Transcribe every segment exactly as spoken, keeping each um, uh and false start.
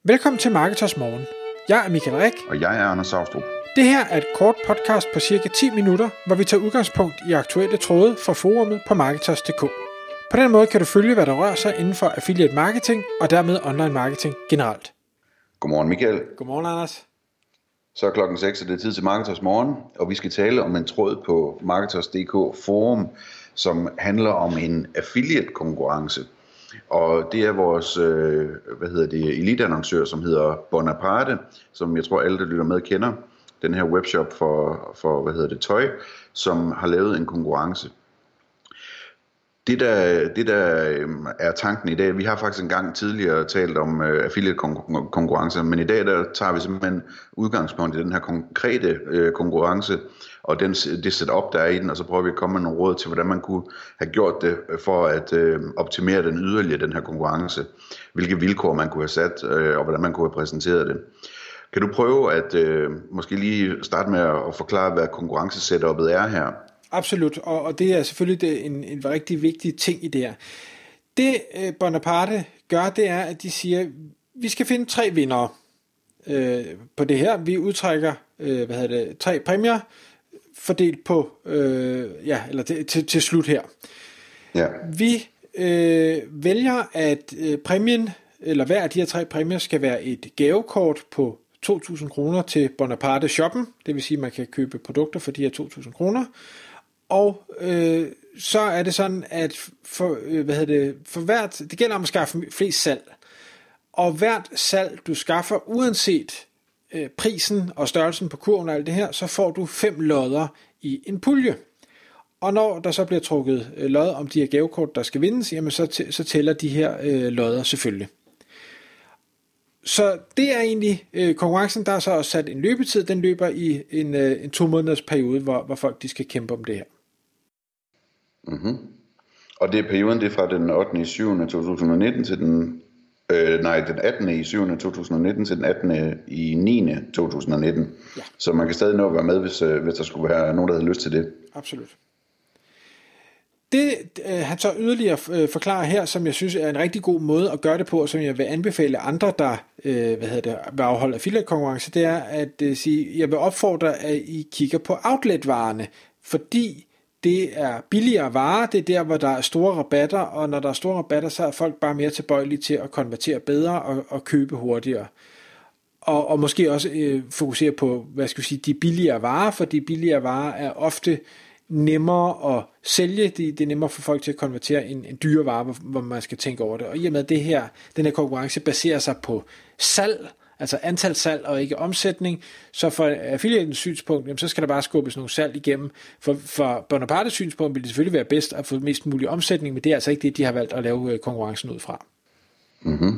Velkommen til Marketers Morgen. Jeg er Michael Rik. Og jeg er Anders Saustrup. Det her er et kort podcast på cirka ti minutter, hvor vi tager udgangspunkt i aktuelle tråde fra forumet på Marketers punktum d k. På den måde kan du følge, hvad der rører sig inden for affiliate marketing og dermed online marketing generelt. Godmorgen Michael. Godmorgen Anders. Så er klokken seks, og det er tid til Marketers Morgen, og vi skal tale om en tråd på Marketers punktum d k forum, som handler om en affiliate konkurrence. Og det er vores øh, hvad hedder det, eliteannoncør, som hedder Bonaparte, som jeg tror alle, der lytter med, kender. Den her webshop for, for hvad hedder det, tøj, som har lavet en konkurrence. Det der, det der øh, er tanken i dag, vi har faktisk en gang tidligere talt om øh, affiliate-konkurrencer, men i dag der tager vi simpelthen udgangspunkt i den her konkrete øh, konkurrence, og den, det setup, der er i den, og så prøver vi at komme med nogle råd til, hvordan man kunne have gjort det for at øh, optimere den yderligere, den her konkurrence. Hvilke vilkår man kunne have sat, øh, og hvordan man kunne have præsenteret det. Kan du prøve at øh, måske lige starte med at forklare, hvad konkurrencesetupet er her? Absolut, og, og det er selvfølgelig det, en, en rigtig vigtig ting i det her. Det øh, Bonaparte gør, det er, at de siger, vi skal finde tre vindere øh, på det her. Vi udtrækker øh, hvad hedder det, tre præmier, fordelt på, øh, ja, eller til, til, til slut her. Ja. Vi øh, vælger, at øh, præmien, eller hver af de her tre præmier, skal være et gavekort på to tusind kroner til Bonaparte shoppen. Det vil sige, at man kan købe produkter for de her to tusind kroner. Og øh, så er det sådan, at for, øh, hvad hedder det, for hvert, det gælder om at skaffe flest salg. Og hvert salg, du skaffer, uanset øh, prisen og størrelsen på kurven og alt det her, så får du fem lodder i en pulje. Og når der så bliver trukket øh, lod om de her gavekort, der skal vindes, jamen så, t- så tæller de her øh, lodder selvfølgelig. Så det er egentlig øh, konkurrencen, der er så også sat en løbetid. Den løber i en, øh, en to måneders periode, hvor, hvor folk de skal kæmpe om det her. Mm-hmm. Og det er perioden, det er fra den ottende syvende to tusind og nitten til den øh, nej, den attende syvende to tusind og nitten til den attende niende to tusind og nitten. Ja. Så man kan stadig nå at være med, hvis, øh, hvis der skulle være nogen, der havde lyst til det. Absolut. Det øh, han så yderligere øh, forklarer her, som jeg synes er en rigtig god måde at gøre det på, og som jeg vil anbefale andre, der øh, hvad hedder det, vil afholde affiliate-konkurrence, det er at øh, sige, jeg vil opfordre, at I kigger på outlet-varerne, fordi det er billigere varer, det er der, hvor der er store rabatter, og når der er store rabatter, så er folk bare mere tilbøjelige til at konvertere bedre og, og købe hurtigere. Og, og måske også øh, fokusere på, hvad skal vi sige, de billigere varer, for de billigere varer er ofte nemmere at sælge, det, det er nemmere for folk til at konvertere en, en dyre vare, hvor, hvor man skal tænke over det. Og i og med det her, den her konkurrence baserer sig på salg, altså antal salg og ikke omsætning, så for affiliatens synspunkt, jamen, så skal der bare skubbes nogle salg igennem. For, for Bonapartes synspunkt vil det selvfølgelig være bedst at få mest mulig omsætning, men det er altså ikke det, de har valgt at lave konkurrencen ud fra. Mm-hmm.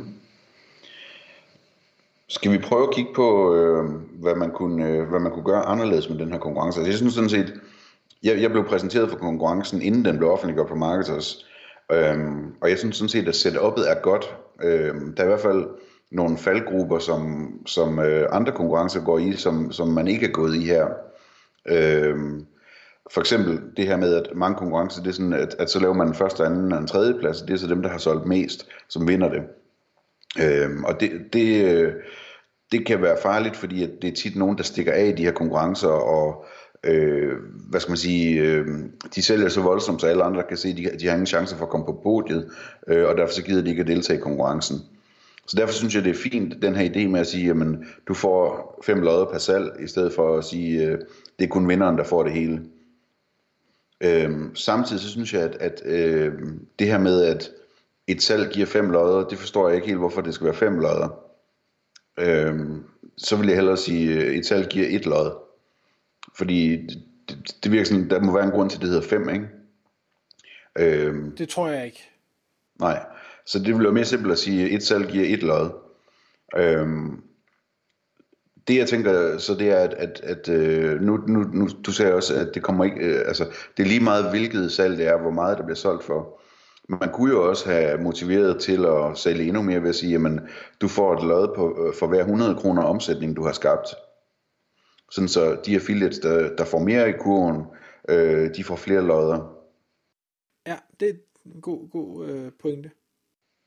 Skal vi prøve at kigge på, øh, hvad, man kunne, øh, hvad man kunne gøre anderledes med den her konkurrence? Altså, jeg synes sådan set, jeg, jeg blev præsenteret for konkurrencen, inden den blev offentliggjort på Marketers, øhm, og jeg synes sådan set, at setupet er godt. Øhm, der er i hvert fald nogle faldgrupper, som, som øh, andre konkurrencer går i, som, som man ikke er gået i her. Øhm, for eksempel det her med, at mange konkurrencer, det er sådan, at, at så laver man en første, anden og en tredje plads, det er så dem, der har solgt mest, som vinder det. Øhm, og det, det, det kan være farligt, fordi at det er tit nogen, der stikker af i de her konkurrencer, og øh, hvad skal man sige, øh, de sælger så voldsomt, så alle andre kan se, at de, de har ingen chance for at komme på podiet, øh, og derfor så gider de ikke at deltage i konkurrencen. Så derfor synes jeg, det er fint, den her idé med at sige, jamen, du får fem lodder per salg, i stedet for at sige, øh, det er kun vinderen, der får det hele. Øhm, samtidig så synes jeg, at, at øh, det her med, at et salg giver fem lodder, det forstår jeg ikke helt, hvorfor det skal være fem lodder. Øhm, så vil jeg hellere sige, at et salg giver et lod. Fordi det, det virker sådan, der må være en grund til, at det hedder fem, ikke? Øhm, det tror jeg ikke. Nej. Så det vil være mere simpelt at sige, at et salg giver et lod. Øhm, det jeg tænker, så det er, at, at, at nu, nu, nu, du sagde også, at det kommer ikke, øh, altså, det er lige meget, hvilket salg det er, hvor meget der bliver solgt for. Men man kunne jo også have motiveret til at sælge endnu mere ved at sige, jamen, du får et lod på, for hver hundrede kroner omsætning, du har skabt. Sådan så de affiliates, der, der får mere i kurven, øh, de får flere lodder. Ja, det er en god, god øh, pointe.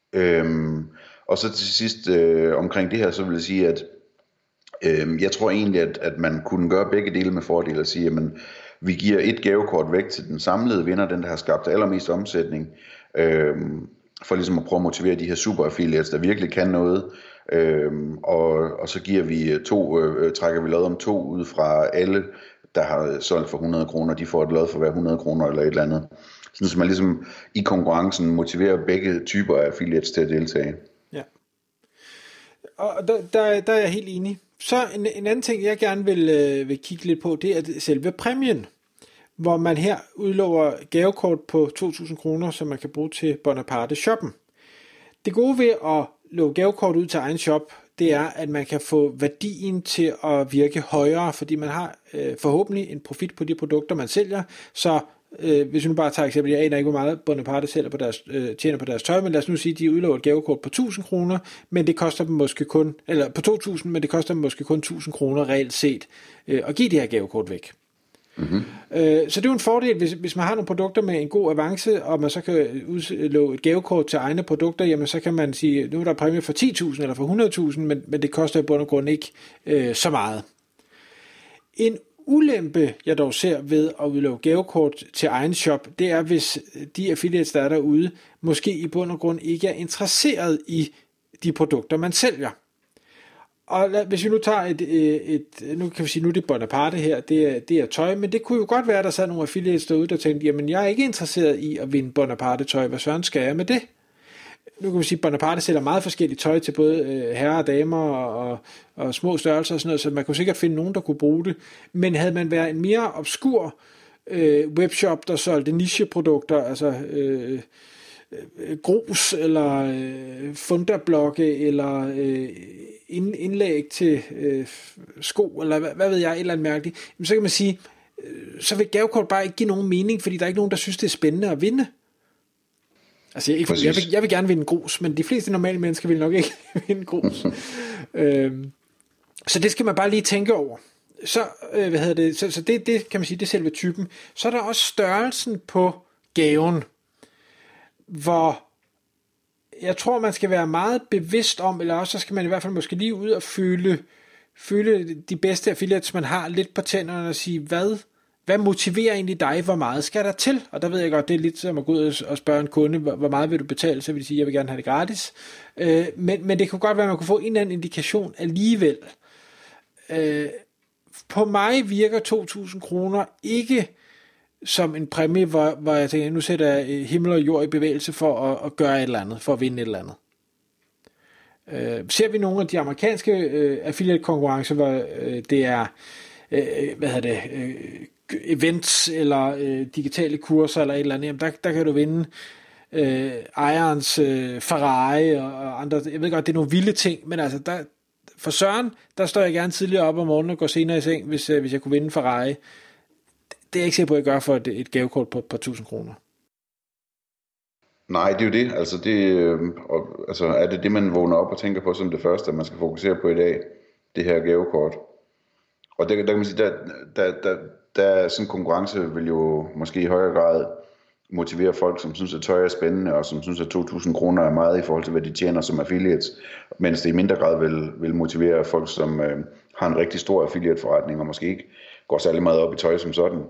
Øhm, og så til sidst øh, omkring det her, så vil jeg sige, at øh, jeg tror egentlig, at, at man kunne gøre begge dele med fordel og sige, at vi giver et gavekort væk til den samlede vinder, den der har skabt allermest omsætning, øh, for ligesom at prøve at motivere de her super affiliates, der virkelig kan noget, øh, og, og så giver vi to, øh, trækker vi lod om to ud fra alle, der har solgt for hundrede kroner, de får et lod for hver hundrede kroner eller et eller andet. Sådan så man ligesom i konkurrencen motiverer begge typer af affiliates til at deltage. Ja. Og der, der, der er jeg helt enig. Så en, en anden ting, jeg gerne vil, øh, vil kigge lidt på, det er selve præmien, hvor man her udlover gavekort på to tusind kroner, som man kan bruge til Bonaparte shoppen. Det gode ved at love gavekort ud til egen shop, det er, at man kan få værdien til at virke højere, fordi man har øh, forhåbentlig en profit på de produkter, man sælger. Så øh, hvis vi nu bare tager eksempel, jeg aner ikke, hvor meget Bonaparte sælger på deres, øh, tjener på deres tøj, men lad os nu sige, at de udlover et gavekort på tusind kroner, men det koster dem måske kun, eller på to tusind, men det koster dem måske kun tusind kroner reelt set øh, at give de her gavekort væk. Mm-hmm. Øh, så det er jo en fordel, hvis, hvis man har nogle produkter med en god avance, og man så kan udlove et gavekort til egne produkter, jamen så kan man sige, nu er der præmie for ti tusind eller for hundrede tusind, men, men det koster i bund og grund ikke øh, så meget. En ulempe, jeg dog ser ved at udlove gavekort til egen shop, det er, hvis de affiliates, der er derude, måske i bund og grund ikke er interesseret i de produkter, man sælger. Og lad, hvis vi nu tager et, et, et, nu kan vi sige, nu er det Bonaparte her, det er, det er tøj, men det kunne jo godt være, at der sad nogle affiliates derude, der tænkte, jamen jeg er ikke interesseret i at vinde Bonaparte tøj, hvad søren skal jeg med det? Nu kan vi sige, at Bonaparte sælger meget forskellige tøj til både øh, herrer og damer og, og, og små størrelser og sådan noget, så man kunne sikkert finde nogen, der kunne bruge det. Men havde man været en mere obskur øh, webshop, der solgte nicheprodukter, altså øh, øh, grus eller øh, fundablokke eller øh, ind, indlæg til øh, sko, eller hvad, hvad ved jeg, et eller andet mærkeligt, jamen, så kan man sige, øh, så vil gavekort bare ikke give nogen mening, fordi der er ikke nogen, der synes, det er spændende at vinde. Altså, jeg, jeg, vil, jeg vil gerne vinde grus, men de fleste normale mennesker vil nok ikke vinde grus. øhm, så det skal man bare lige tænke over. Så, øh, hvad hedder det, så, så det, det kan man sige, det er selve typen. Så er der også størrelsen på gaven, hvor jeg tror, man skal være meget bevidst om, eller også så skal man i hvert fald måske lige ud og føle, føle de bedste affiliates, man har lidt på tænderne og sige, hvad Hvad motiverer egentlig dig? Hvor meget skal der til? Og der ved jeg godt, det er lidt som at gå ud og spørge en kunde, hvor meget vil du betale? Så vil de sige, jeg vil gerne have det gratis. Øh, men, men det kunne godt være, at man kunne få en eller anden indikation alligevel. Øh, på mig virker to tusind kroner ikke som en præmie, hvor, hvor jeg tænker, nu sætter jeg himmel og jord i bevægelse for at, at gøre et eller andet, for at vinde et eller andet. Øh, ser vi nogle af de amerikanske øh, affiliate-konkurrencer, hvor øh, det er, øh, hvad hedder det, øh, events eller øh, digitale kurser eller et eller andet, jamen der, der kan du vinde øh, ejerens øh, Ferrari og, og andre. Jeg ved godt, det er nogle vilde ting, men altså der, for Søren, der står jeg gerne tidligere op om morgenen og går senere i seng, hvis, øh, hvis jeg kunne vinde Ferrari. Det, det er jeg ikke sikker på, at jeg gør for et, et gavekort på, på tusind kroner. Nej, det er jo det. Altså, det øh, og, altså, er det det, man vågner op og tænker på som det første, at man skal fokusere på i dag, det her gavekort. Og der, der kan man sige, der, der, der, der sådan en konkurrence vil jo måske i højere grad motivere folk, som synes, at tøj er spændende, og som synes, at to tusind kroner er meget i forhold til, hvad de tjener som affiliates, mens det i mindre grad vil, vil motivere folk, som øh, har en rigtig stor affiliate-forretning, og måske ikke går særlig meget op i tøj som sådan.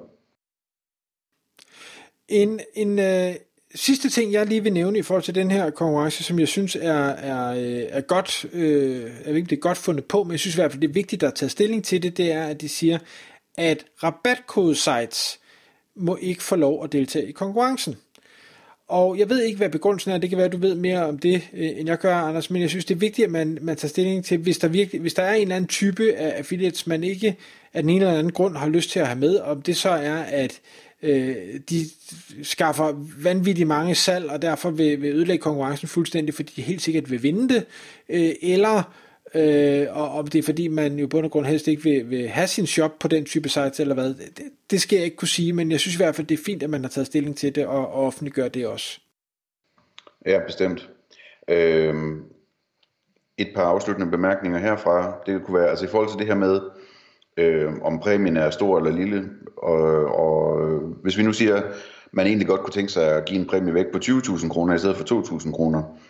En, en øh, sidste ting, jeg lige vil nævne i forhold til den her konkurrence, som jeg synes er, er, er godt, øh, er virkelig godt fundet på, men jeg synes i hvert fald, det er vigtigt at tage stilling til det, det er, at de siger, at rabatkode-sites må ikke få lov at deltage i konkurrencen. Og jeg ved ikke, hvad begrundelsen er, det kan være, at du ved mere om det, end jeg gør, Anders, men jeg synes, det er vigtigt, at man, man tager stilling til, hvis der, virkelig, hvis der er en eller anden type af affiliates, man ikke af den ene eller anden grund har lyst til at have med, om det så er, at øh, de skaffer vanvittigt mange salg, og derfor vil, vil ødelægge konkurrencen fuldstændig, fordi de helt sikkert vil vinde det, øh, eller Øh, og om det er fordi man jo på bund og grund helst ikke vil, vil have sin shop på den type sites eller hvad, det, det skal jeg ikke kunne sige, men jeg synes i hvert fald det er fint, at man har taget stilling til det og, og offentliggør det også. Ja, bestemt. øhm, Et par afsluttende bemærkninger herfra. Det kunne være, altså i forhold til det her med øh, om præmien er stor eller lille, og, og hvis vi nu siger man egentlig godt kunne tænke sig at give en præmie væk på tyve tusind kroner i stedet for to tusind kroner,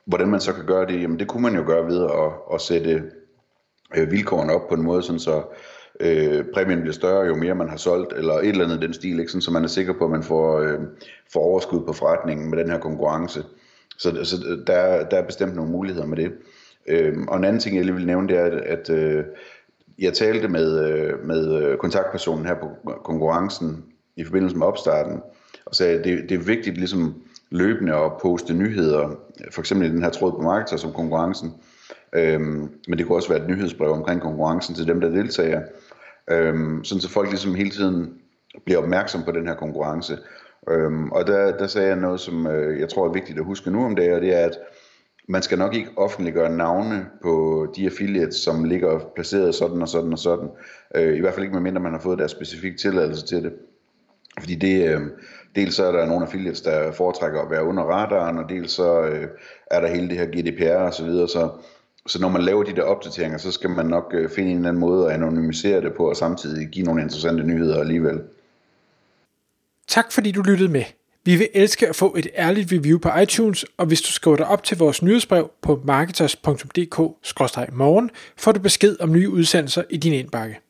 hvordan man så kan gøre det, jamen det kunne man jo gøre ved at, at sætte øh, vilkårene op på en måde, sådan så øh, præmien bliver større, jo mere man har solgt, eller et eller andet i den stil, ikke? Sådan, så man er sikker på, at man får, øh, får overskud på forretningen med den her konkurrence. Så, så der, der er bestemt nogle muligheder med det. Øh, og en anden ting, jeg lige vil nævne, det er, at, at øh, jeg talte med, øh, med kontaktpersonen her på konkurrencen i forbindelse med opstarten, og sagde, at det, det er vigtigt ligesom løbende at poste nyheder, for eksempel i den her tråd på Marketers om konkurrencen, øhm, men det kunne også være et nyhedsbrev omkring konkurrencen til dem, der deltager, øhm, sådan så folk ligesom hele tiden bliver opmærksom på den her konkurrence. Øhm, og der, der sagde jeg noget, som øh, jeg tror er vigtigt at huske nu om det, og det er, at man skal nok ikke offentliggøre navne på de affiliates, som ligger placeret sådan og sådan og sådan, øh, i hvert fald ikke medmindre man har fået deres specifikke tilladelse til det. Fordi det, øh, dels så er der nogle affiliates, der foretrækker at være under radaren, og dels så øh, er der hele det her G D P R og så videre, så, så når man laver de der opdateringer, så skal man nok øh, finde en eller anden måde at anonymisere det på, og samtidig give nogle interessante nyheder alligevel. Tak fordi du lyttede med. Vi vil elske at få et ærligt review på iTunes, og hvis du skriver dig op til vores nyhedsbrev på marketers punktum d k skråstreg morgen, får du besked om nye udsendelser i din indbakke.